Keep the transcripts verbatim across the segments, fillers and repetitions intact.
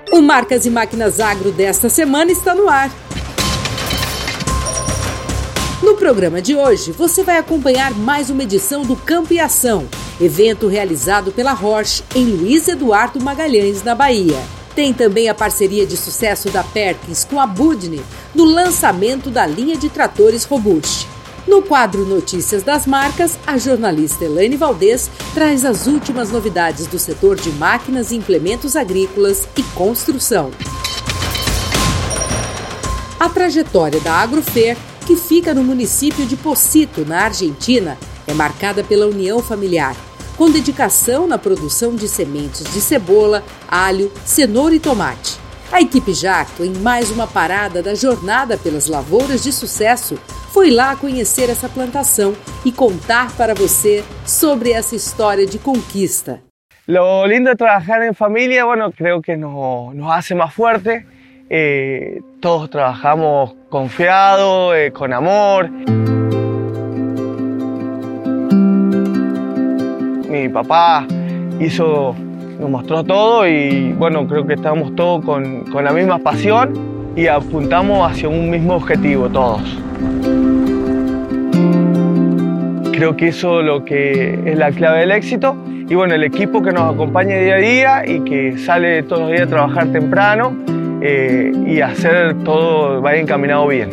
O Marcas e Máquinas Agro desta semana está no ar. No programa de hoje, você vai acompanhar mais uma edição do Campo e Ação, evento realizado pela Roche em Luiz Eduardo Magalhães, na Bahia. Tem também a parceria de sucesso da Perkins com a Budni no lançamento da linha de tratores Robust. No quadro Notícias das Marcas, a jornalista Elaine Valdez traz as últimas novidades do setor de máquinas e implementos agrícolas e construção. A trajetória da Agrofer, que fica no município de Pocito, na Argentina, é marcada pela união familiar, com dedicação na produção de sementes de cebola, alho, cenoura e tomate. A equipe Jacto, em mais uma parada da jornada pelas lavouras de sucesso, foi lá conhecer essa plantação e contar para você sobre essa história de conquista. Lo lindo de trabajar en familia, bueno, creo que nos, nos hace más fuerte. Eh, todos trabajamos confiado, eh, con amor. Mi papá hizo, nos mostró todo y bueno, creo que estamos todos con, con la misma pasión y apuntamos hacia un mismo objetivo todos. Creo que eso es lo que es la clave del éxito y bueno, el equipo que nos acompaña día a día y que sale todos los días a trabajar temprano eh, y hacer todo vaya encaminado bien.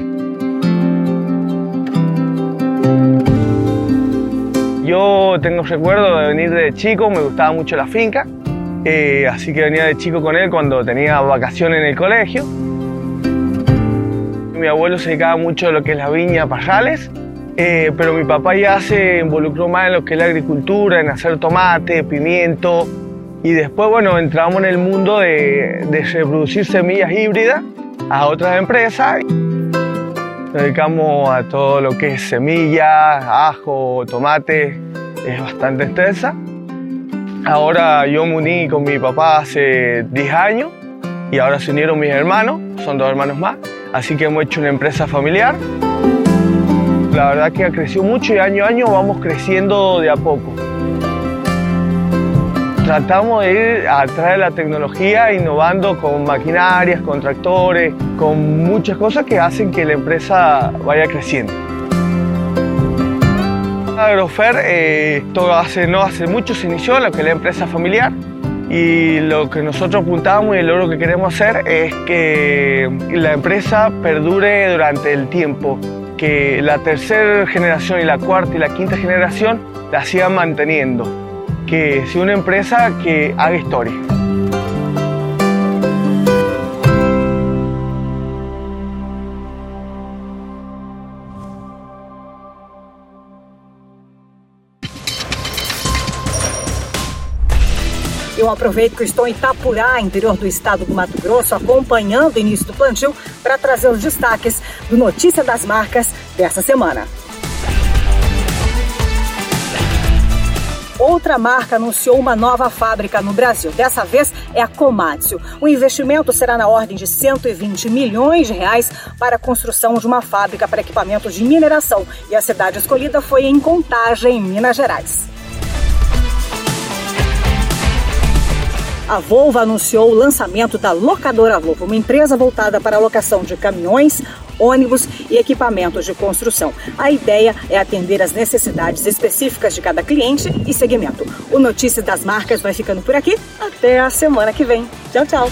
Yo tengo recuerdo de venir de chico, me gustaba mucho la finca, eh, así que venía de chico con él cuando tenía vacaciones en el colegio. Mi abuelo se dedicaba mucho a lo que es la viña, parrales, eh, pero mi papá ya se involucró más en lo que es la agricultura, en hacer tomate, pimiento, y después, bueno, entramos en el mundo de, de reproducir semillas híbridas a otras empresas. Nos dedicamos a todo lo que es semillas, ajo, tomate, es bastante extensa. Ahora yo me uní con mi papá hace diez años y ahora se unieron mis hermanos, son dos hermanos más, así que hemos hecho una empresa familiar. La verdad que ha crecido mucho y año a año vamos creciendo de a poco. Tratamos de ir atrás de la tecnología, innovando con maquinarias, con tractores, con muchas cosas que hacen que la empresa vaya creciendo. Agrofer eh, todo hace, no hace mucho se inició en lo que es la empresa familiar y lo que nosotros apuntamos y el logro que queremos hacer es que la empresa perdure durante el tiempo, que la tercera generación y la cuarta y la quinta generación la sigan manteniendo. Que sea una empresa que haga historia. Eu aproveito que eu estou em Itapurá, interior do estado do Mato Grosso, acompanhando o início do plantio para trazer os destaques do Notícia das Marcas dessa semana. Outra marca anunciou uma nova fábrica no Brasil. Dessa vez é a Komatsu. O investimento será na ordem de cento e vinte milhões de reais para a construção de uma fábrica para equipamentos de mineração. E a cidade escolhida foi em Contagem, em Minas Gerais. A Volvo anunciou o lançamento da Locadora Volvo, uma empresa voltada para a locação de caminhões, ônibus e equipamentos de construção. A ideia é atender às necessidades específicas de cada cliente e segmento. O Notícias das Marcas vai ficando por aqui. Até a semana que vem. Tchau, tchau.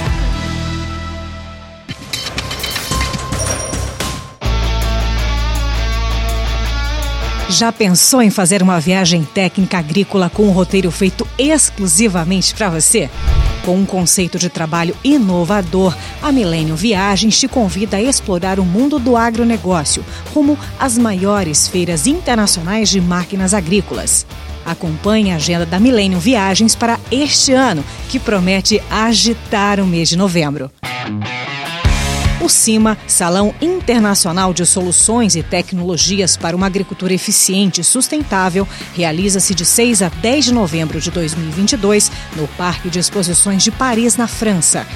Já pensou em fazer uma viagem técnica agrícola com um roteiro feito exclusivamente para você? Com um conceito de trabalho inovador, a Millennium Viagens te convida a explorar o mundo do agronegócio, rumo às maiores feiras internacionais de máquinas agrícolas. Acompanhe a agenda da Millennium Viagens para este ano, que promete agitar o mês de novembro. O CIMA, Salão Internacional de Soluções e Tecnologias para uma Agricultura Eficiente e Sustentável, realiza-se de seis a dez de novembro de dois mil e vinte e dois no Parque de Exposições de Paris, na França.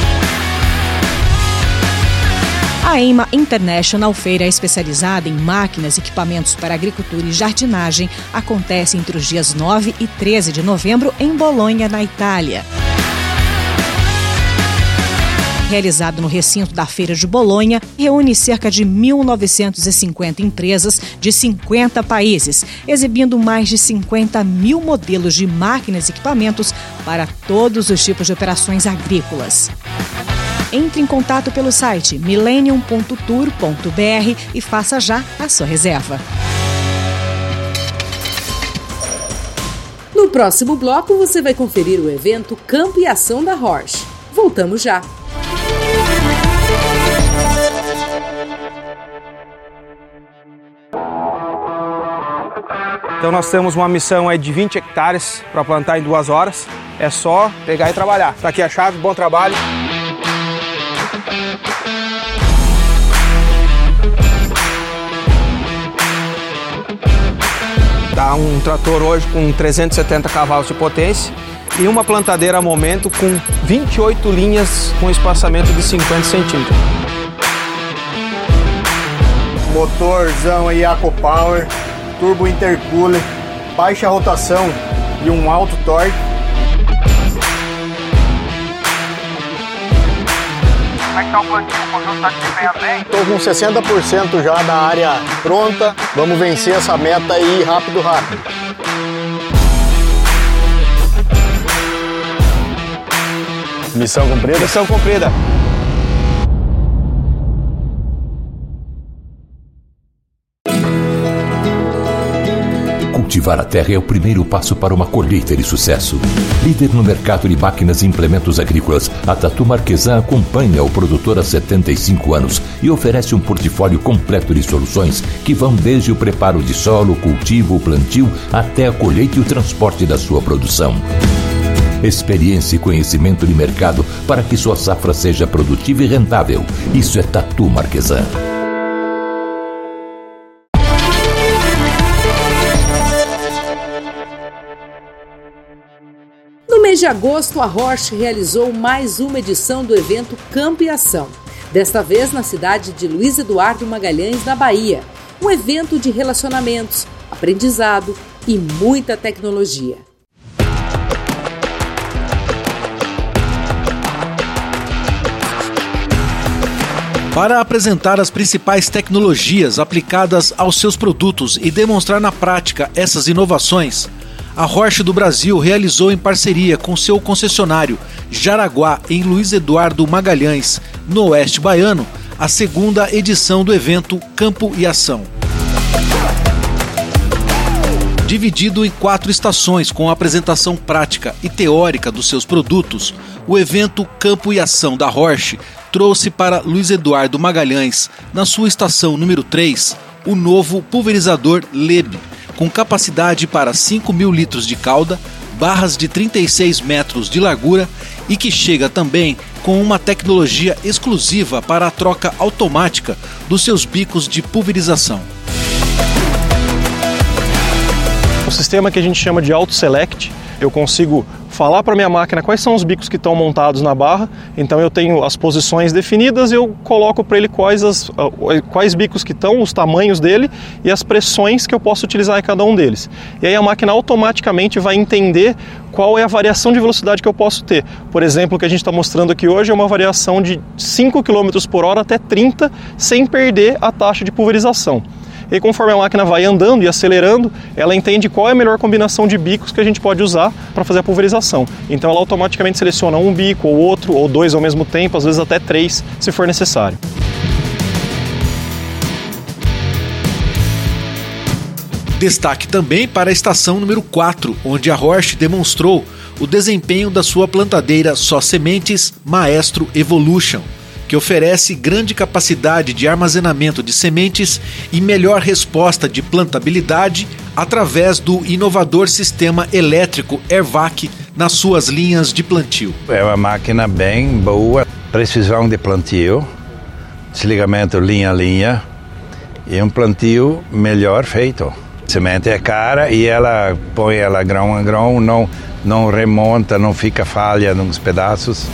A EIMA International, feira especializada em máquinas e equipamentos para agricultura e jardinagem, acontece entre os dias nove e treze de novembro em Bolonha, na Itália. realizado no recinto da Feira de Bolonha, reúne cerca de mil novecentas e cinquenta empresas de cinquenta países, exibindo mais de cinquenta mil modelos de máquinas e equipamentos para todos os tipos de operações agrícolas. Entre em contato pelo site millennium ponto tour ponto b r e faça já a sua reserva. No próximo bloco, você vai conferir o evento Campo e Ação da Horsch. Voltamos já. Então nós temos uma missão aí de vinte hectares para plantar em duas horas. É só pegar e trabalhar. Tá aqui a chave, bom trabalho. Dá um trator hoje com trezentos e setenta cavalos de potência e uma plantadeira a momento com vinte e oito linhas com espaçamento de cinquenta centímetros. Motorzão aí AquaPower, turbo intercooler, baixa rotação e um alto torque. Como é que tá o plantio? O conjunto tá desempenhando bem? Estou com sessenta por cento já da área pronta. Vamos vencer essa meta aí rápido, rápido. Missão cumprida? Missão cumprida. Cultivar a terra é o primeiro passo para uma colheita de sucesso. Líder no mercado de máquinas e implementos agrícolas, a Tatu Marquesan acompanha o produtor há setenta e cinco anos e oferece um portfólio completo de soluções que vão desde o preparo de solo, cultivo, plantio, até a colheita e o transporte da sua produção. Experiência e conhecimento de mercado para que sua safra seja produtiva e rentável. Isso é Tatu Marquesan. No mês de agosto, a Horsch realizou mais uma edição do evento Campo e Ação. Desta vez na cidade de Luiz Eduardo Magalhães, na Bahia. Um evento de relacionamentos, aprendizado e muita tecnologia. Para apresentar as principais tecnologias aplicadas aos seus produtos e demonstrar na prática essas inovações, a Horsch do Brasil realizou em parceria com seu concessionário Jaraguá, em Luiz Eduardo Magalhães, no Oeste Baiano, a segunda edição do evento Campo e Ação. Dividido em quatro estações com a apresentação prática e teórica dos seus produtos, o evento Campo e Ação da Horsch trouxe para Luiz Eduardo Magalhães, na sua estação número três, o novo pulverizador Leb, com capacidade para cinco mil litros de calda, barras de trinta e seis metros de largura e que chega também com uma tecnologia exclusiva para a troca automática dos seus bicos de pulverização. Um sistema que a gente chama de Auto Select. Eu consigo falar para a minha máquina quais são os bicos que estão montados na barra, então eu tenho as posições definidas e eu coloco para ele quais, as, quais bicos que estão, os tamanhos dele e as pressões que eu posso utilizar em cada um deles. E aí a máquina automaticamente vai entender qual é a variação de velocidade que eu posso ter. Por exemplo, o que a gente está mostrando aqui hoje é uma variação de cinco quilômetros por hora até trinta, sem perder a taxa de pulverização. E conforme a máquina vai andando e acelerando, ela entende qual é a melhor combinação de bicos que a gente pode usar para fazer a pulverização. Então ela automaticamente seleciona um bico ou outro, ou dois ao mesmo tempo, às vezes até três, se for necessário. Destaque também para a estação número quatro, onde a Horsch demonstrou o desempenho da sua plantadeira Só Sementes Maestro Evolution, que oferece grande capacidade de armazenamento de sementes e melhor resposta de plantabilidade através do inovador sistema elétrico AirVac nas suas linhas de plantio. É uma máquina bem boa, precisão de plantio, desligamento linha a linha e um plantio melhor feito. A semente é cara e ela põe ela grão a grão, não, não remonta, não fica falha nos pedaços.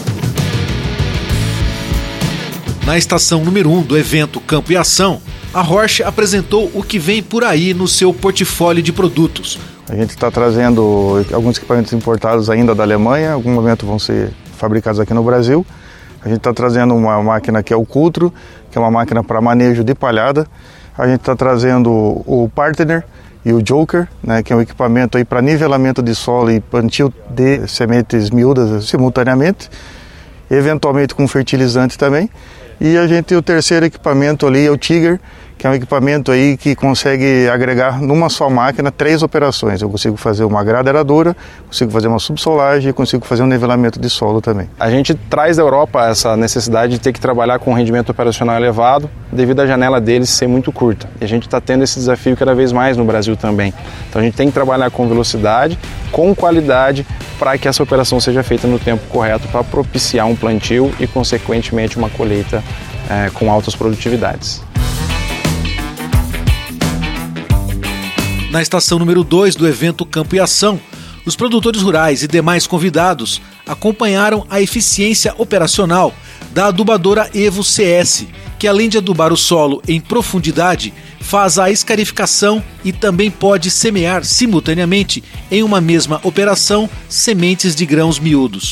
Na estação número um do evento Campo e Ação, a Horsch apresentou o que vem por aí no seu portfólio de produtos. A gente está trazendo alguns equipamentos importados ainda da Alemanha, em algum momento vão ser fabricados aqui no Brasil. A gente está trazendo uma máquina que é o Cultro, que é uma máquina para manejo de palhada. A gente está trazendo o Partner e o Joker, né, que é um equipamento aí para nivelamento de solo e plantio de sementes miúdas simultaneamente, eventualmente com fertilizante também. E a gente, o terceiro equipamento ali é o Tiger, que é um equipamento aí que consegue agregar numa só máquina três operações. Eu consigo fazer uma grada aradora, consigo fazer uma subsolagem e consigo fazer um nivelamento de solo também. A gente traz da Europa essa necessidade de ter que trabalhar com um rendimento operacional elevado devido à janela deles ser muito curta. E a gente está tendo esse desafio cada vez mais no Brasil também. Então a gente tem que trabalhar com velocidade, com qualidade, para que essa operação seja feita no tempo correto para propiciar um plantio e, consequentemente, uma colheita é, com altas produtividades. Na estação número dois do evento Campo e Ação, os produtores rurais e demais convidados acompanharam a eficiência operacional da adubadora Evo C S, que além de adubar o solo em profundidade, faz a escarificação e também pode semear simultaneamente em uma mesma operação sementes de grãos miúdos.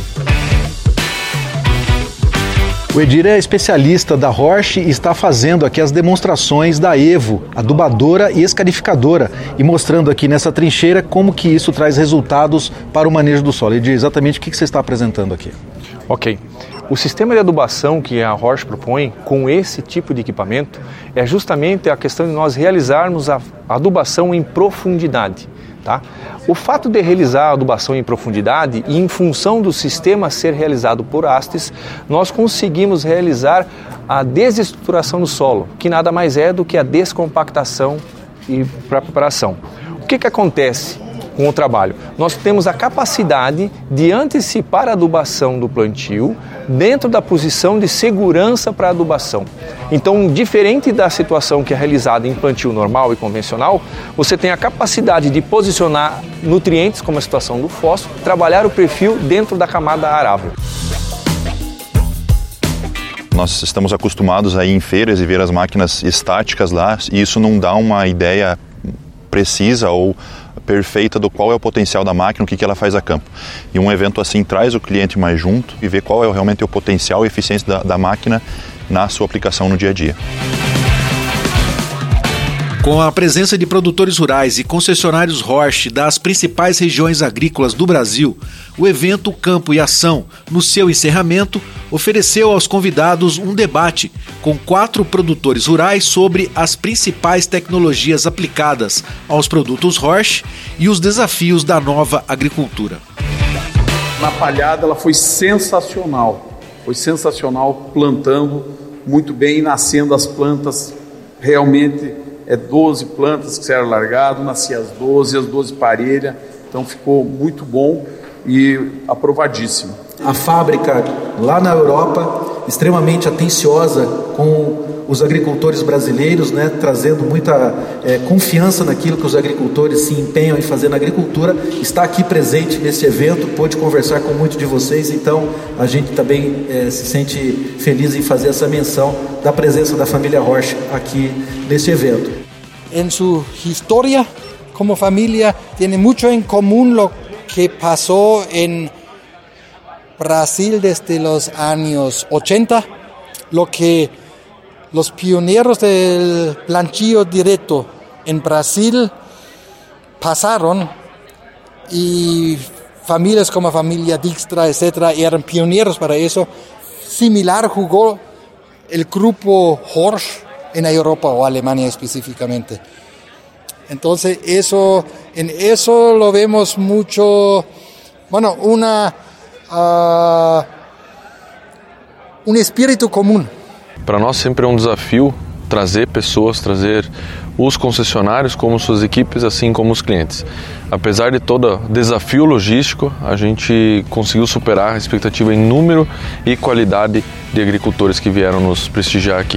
O Edir é especialista da Horsch e está fazendo aqui as demonstrações da Evo, adubadora e escarificadora, e mostrando aqui nessa trincheira como que isso traz resultados para o manejo do solo. Edir, exatamente o que você está apresentando aqui? Ok. O sistema de adubação que a Horsch propõe com esse tipo de equipamento é justamente a questão de nós realizarmos a adubação em profundidade. Tá? O fato de realizar a adubação em profundidade e em função do sistema ser realizado por hastes, nós conseguimos realizar a desestruturação do solo, que nada mais é do que a descompactação e para a preparação. O que, que acontece com o trabalho? Nós temos a capacidade de antecipar a adubação do plantio dentro da posição de segurança para a adubação. Então, diferente da situação que é realizada em plantio normal e convencional, você tem a capacidade de posicionar nutrientes, como a situação do fósforo, trabalhar o perfil dentro da camada arável. Nós estamos acostumados a ir em feiras e ver as máquinas estáticas lá, e isso não dá uma ideia precisa ou perfeita do qual é o potencial da máquina, o que, que ela faz a campo. E um evento assim traz o cliente mais junto e vê qual é realmente o potencial e eficiência da, da máquina na sua aplicação no dia a dia. Com a presença de produtores rurais e concessionários Horsch das principais regiões agrícolas do Brasil, o evento Campo e Ação, no seu encerramento, ofereceu aos convidados um debate com quatro produtores rurais sobre as principais tecnologias aplicadas aos produtos Horsch e os desafios da nova agricultura. Na palhada ela foi sensacional, foi sensacional plantando muito bem, nascendo as plantas realmente. É doze plantas que serão largadas, nascia as doze, as doze parelhas, então ficou muito bom e aprovadíssimo. A fábrica lá na Europa, extremamente atenciosa com os agricultores brasileiros, né, trazendo muita é, confiança naquilo que os agricultores se empenham em fazer na agricultura, está aqui presente nesse evento, pôde conversar com muitos de vocês, então a gente também é, se sente feliz em fazer essa menção da presença da família Horsch aqui nesse evento. En su historia como familia tiene mucho en común lo que pasó en Brasil desde los años ochenta, lo que los pioneros del planchillo directo en Brasil pasaron y familias como familia Dijkstra, etcétera, eran pioneros para eso. Similar jugó el grupo Horsch en Europa o Alemania específicamente. Entonces eso, en eso lo vemos mucho, bueno, una, uh, um espírito comum. Para nós sempre é um desafio trazer pessoas, trazer os concessionários como suas equipes, assim como os clientes. Apesar de todo desafio logístico, a gente conseguiu superar a expectativa em número e qualidade de agricultores que vieram nos prestigiar aqui.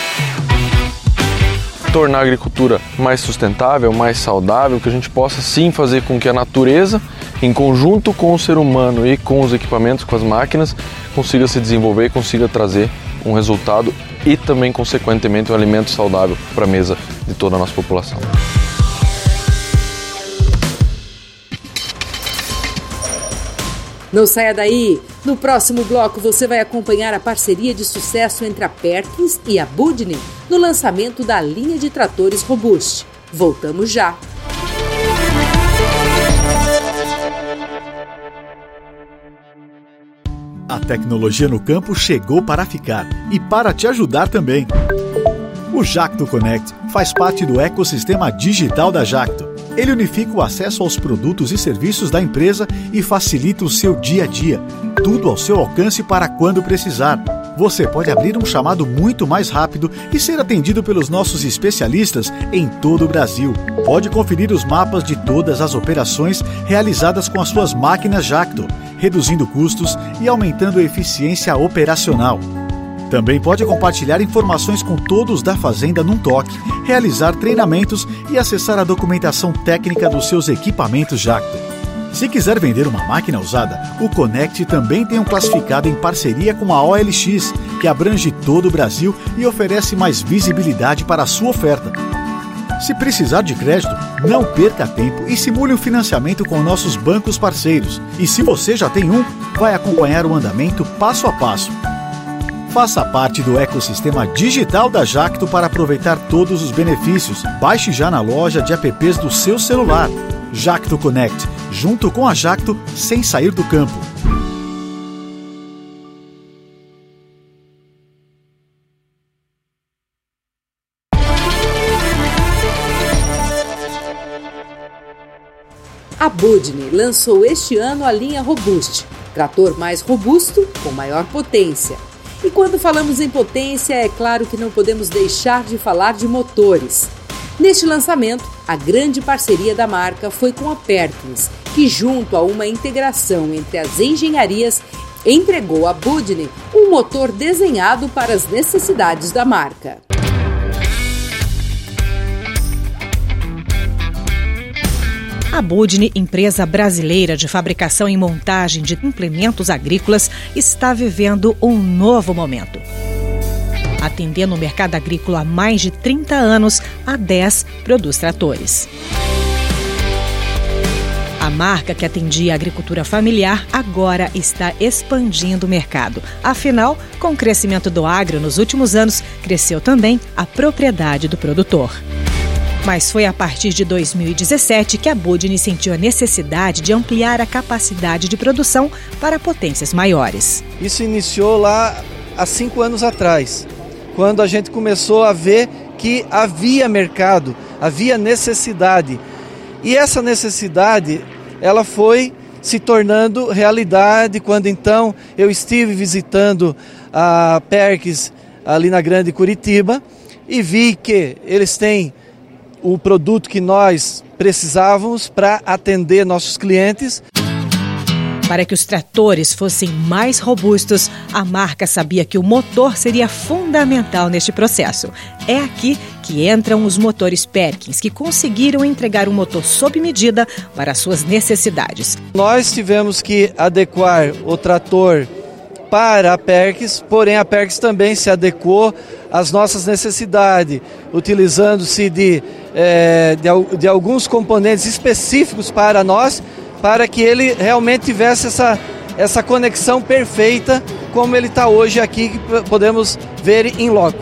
Tornar a agricultura mais sustentável, mais saudável, que a gente possa sim fazer com que a natureza, em conjunto com o ser humano e com os equipamentos, com as máquinas, consiga se desenvolver e consiga trazer um resultado e também, consequentemente, um alimento saudável para a mesa de toda a nossa população. Não saia daí! No próximo bloco, você vai acompanhar a parceria de sucesso entre a Perkins e a Budni no lançamento da linha de tratores Robust. Voltamos já! A tecnologia no campo chegou para ficar e para te ajudar também. O Jacto Connect faz parte do ecossistema digital da Jacto. Ele unifica o acesso aos produtos e serviços da empresa e facilita o seu dia a dia. Tudo ao seu alcance para quando precisar. Você pode abrir um chamado muito mais rápido e ser atendido pelos nossos especialistas em todo o Brasil. Pode conferir os mapas de todas as operações realizadas com as suas máquinas Jacto, reduzindo custos e aumentando a eficiência operacional. Também pode compartilhar informações com todos da fazenda num toque, realizar treinamentos e acessar a documentação técnica dos seus equipamentos Jacto. Se quiser vender uma máquina usada, o Connect também tem um classificado em parceria com a O L X, que abrange todo o Brasil e oferece mais visibilidade para a sua oferta. Se precisar de crédito, não perca tempo e simule o financiamento com nossos bancos parceiros. E se você já tem um, vai acompanhar o andamento passo a passo. Faça parte do ecossistema digital da Jacto para aproveitar todos os benefícios. Baixe já na loja de apps do seu celular. Jacto Connect, junto com a Jacto, sem sair do campo. A Budni lançou este ano a linha Robust, trator mais robusto com maior potência. E quando falamos em potência, é claro que não podemos deixar de falar de motores. Neste lançamento, a grande parceria da marca foi com a Perkins, que junto a uma integração entre as engenharias, entregou à Budni um motor desenhado para as necessidades da marca. A Budni, empresa brasileira de fabricação e montagem de implementos agrícolas, está vivendo um novo momento. Atendendo o mercado agrícola há mais de trinta anos, a dez produz tratores. A marca que atendia a agricultura familiar agora está expandindo o mercado. Afinal, com o crescimento do agro nos últimos anos, cresceu também a propriedade do produtor. Mas foi a partir de dois mil e dezessete que a Budni sentiu a necessidade de ampliar a capacidade de produção para potências maiores. Isso iniciou lá há cinco anos atrás, quando a gente começou a ver que havia mercado, havia necessidade. E essa necessidade, ela foi se tornando realidade quando então eu estive visitando a Perkins ali na Grande Curitiba e vi que eles têm o produto que nós precisávamos para atender nossos clientes. Para que os tratores fossem mais robustos, a marca sabia que o motor seria fundamental neste processo. É aqui que entram os motores Perkins, que conseguiram entregar um motor sob medida para suas necessidades. Nós tivemos que adequar o trator para a Perkins, porém a Perkins também se adequou às nossas necessidades, utilizando-se de, é, de, de alguns componentes específicos para nós, para que ele realmente tivesse essa, essa conexão perfeita, como ele está hoje aqui, que podemos ver em loco.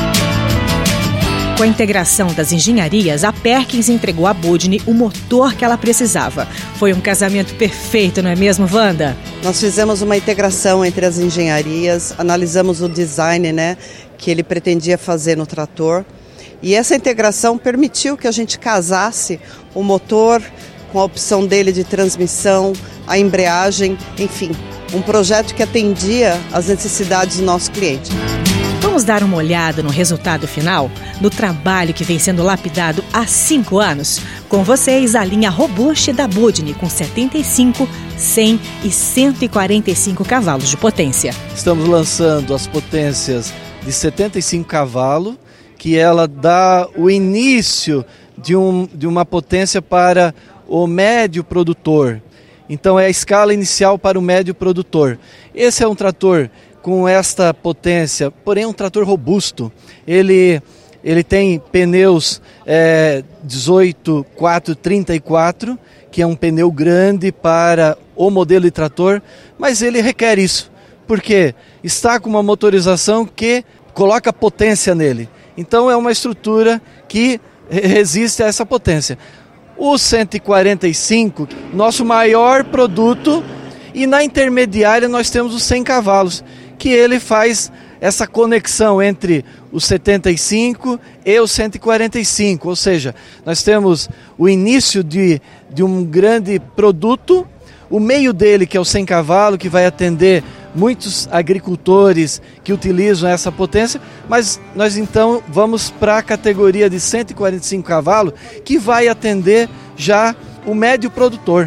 Com a integração das engenharias, a Perkins entregou à Budni o motor que ela precisava. Foi um casamento perfeito, não é mesmo, Wanda? Nós fizemos uma integração entre as engenharias, analisamos o design, né, que ele pretendia fazer no trator. E essa integração permitiu que a gente casasse o motor com a opção dele de transmissão, a embreagem, enfim, um projeto que atendia às necessidades do nosso cliente. Vamos dar uma olhada no resultado final do trabalho que vem sendo lapidado há cinco anos? Com vocês, a linha Robust da Budni, com setenta e cinco, cem e cento e quarenta e cinco cavalos de potência. Estamos lançando as potências de setenta e cinco cavalos, que ela dá o início de, um, de uma potência para o médio produtor. Então é a escala inicial para o médio produtor. Esse é um trator com esta potência, porém é um trator robusto. Ele, ele tem pneus é, dezoito, quatro, trinta e quatro, que é um pneu grande para o modelo de trator, mas ele requer isso, porque está com uma motorização que coloca potência nele. Então é uma estrutura que resiste a essa potência. O cento e quarenta e cinco, nosso maior produto, e na intermediária nós temos os cem cavalos, que ele faz essa conexão entre o setenta e cinco e o cento e quarenta e cinco, ou seja, nós temos o início de, de um grande produto, o meio dele que é o cem cavalos, que vai atender muitos agricultores que utilizam essa potência, mas nós então vamos para a categoria de cento e quarenta e cinco cavalos, que vai atender já o médio produtor.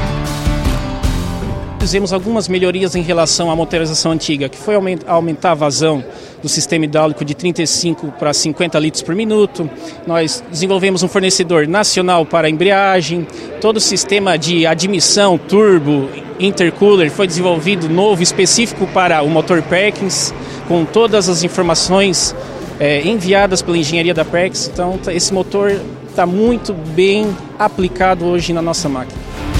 Fizemos algumas melhorias em relação à motorização antiga, que foi aumentar a vazão do sistema hidráulico de trinta e cinco para cinquenta litros por minuto. Nós desenvolvemos um fornecedor nacional para a embreagem, todo o sistema de admissão, turbo, intercooler foi desenvolvido novo, específico para o motor Perkins, com todas as informações é, enviadas pela engenharia da Perkins. Então esse motor está muito bem aplicado hoje na nossa máquina.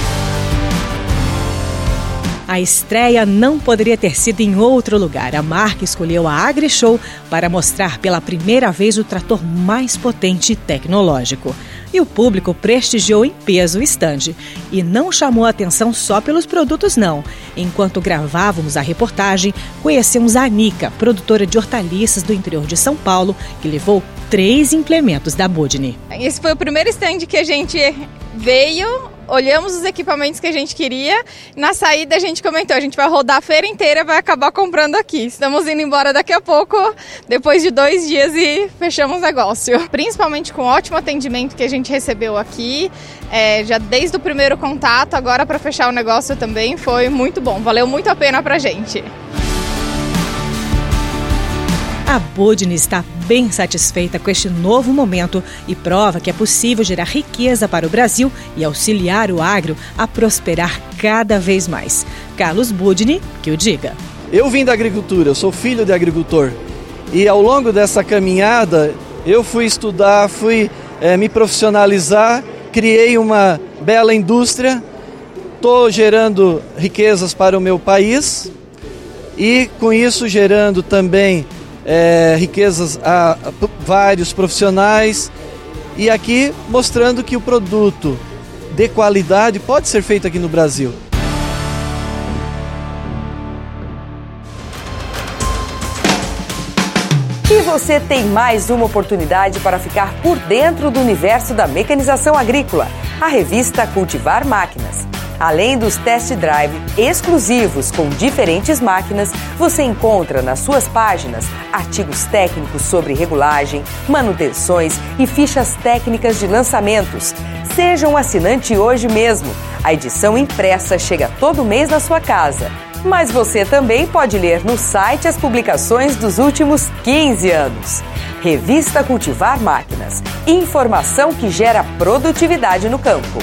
A estreia não poderia ter sido em outro lugar. A marca escolheu a AgriShow para mostrar pela primeira vez o trator mais potente e tecnológico. E o público prestigiou em peso o estande. E não chamou a atenção só pelos produtos, não. Enquanto gravávamos a reportagem, conhecemos a Anica, produtora de hortaliças do interior de São Paulo, que levou três implementos da Budni. Esse foi o primeiro estande que a gente veio, olhamos os equipamentos que a gente queria, na saída a gente comentou, a gente vai rodar a feira inteira, vai acabar comprando aqui. Estamos indo embora daqui a pouco, depois de dois dias e fechamos o negócio. Principalmente com o ótimo atendimento que a gente recebeu aqui, é, já desde o primeiro contato, agora para fechar o negócio também foi muito bom, valeu muito a pena pra gente. A Budni está bem satisfeita com este novo momento e prova que é possível gerar riqueza para o Brasil e auxiliar o agro a prosperar cada vez mais. Carlos Budni, que o diga. Eu vim da agricultura, eu sou filho de agricultor e ao longo dessa caminhada eu fui estudar, fui é, me profissionalizar, criei uma bela indústria, estou gerando riquezas para o meu país e com isso gerando também É, riquezas a, a vários profissionais e aqui mostrando que o produto de qualidade pode ser feito aqui no Brasil. E você tem mais uma oportunidade para ficar por dentro do universo da mecanização agrícola, a revista Cultivar Máquinas. Além dos test drive exclusivos com diferentes máquinas, você encontra nas suas páginas artigos técnicos sobre regulagem, manutenções e fichas técnicas de lançamentos. Seja um assinante hoje mesmo. A edição impressa chega todo mês na sua casa. Mas você também pode ler no site as publicações dos últimos quinze anos. Revista Cultivar Máquinas. Informação que gera produtividade no campo.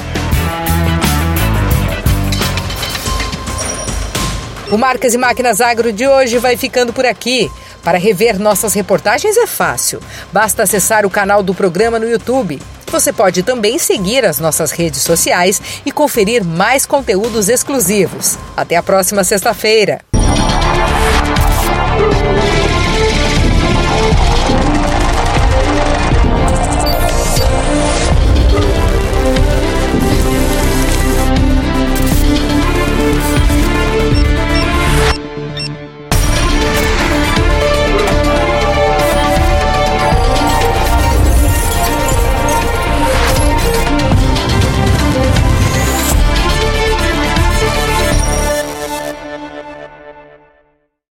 O Marcas e Máquinas Agro de hoje vai ficando por aqui. Para rever nossas reportagens é fácil. Basta acessar o canal do programa no YouTube. Você pode também seguir as nossas redes sociais e conferir mais conteúdos exclusivos. Até a próxima sexta-feira.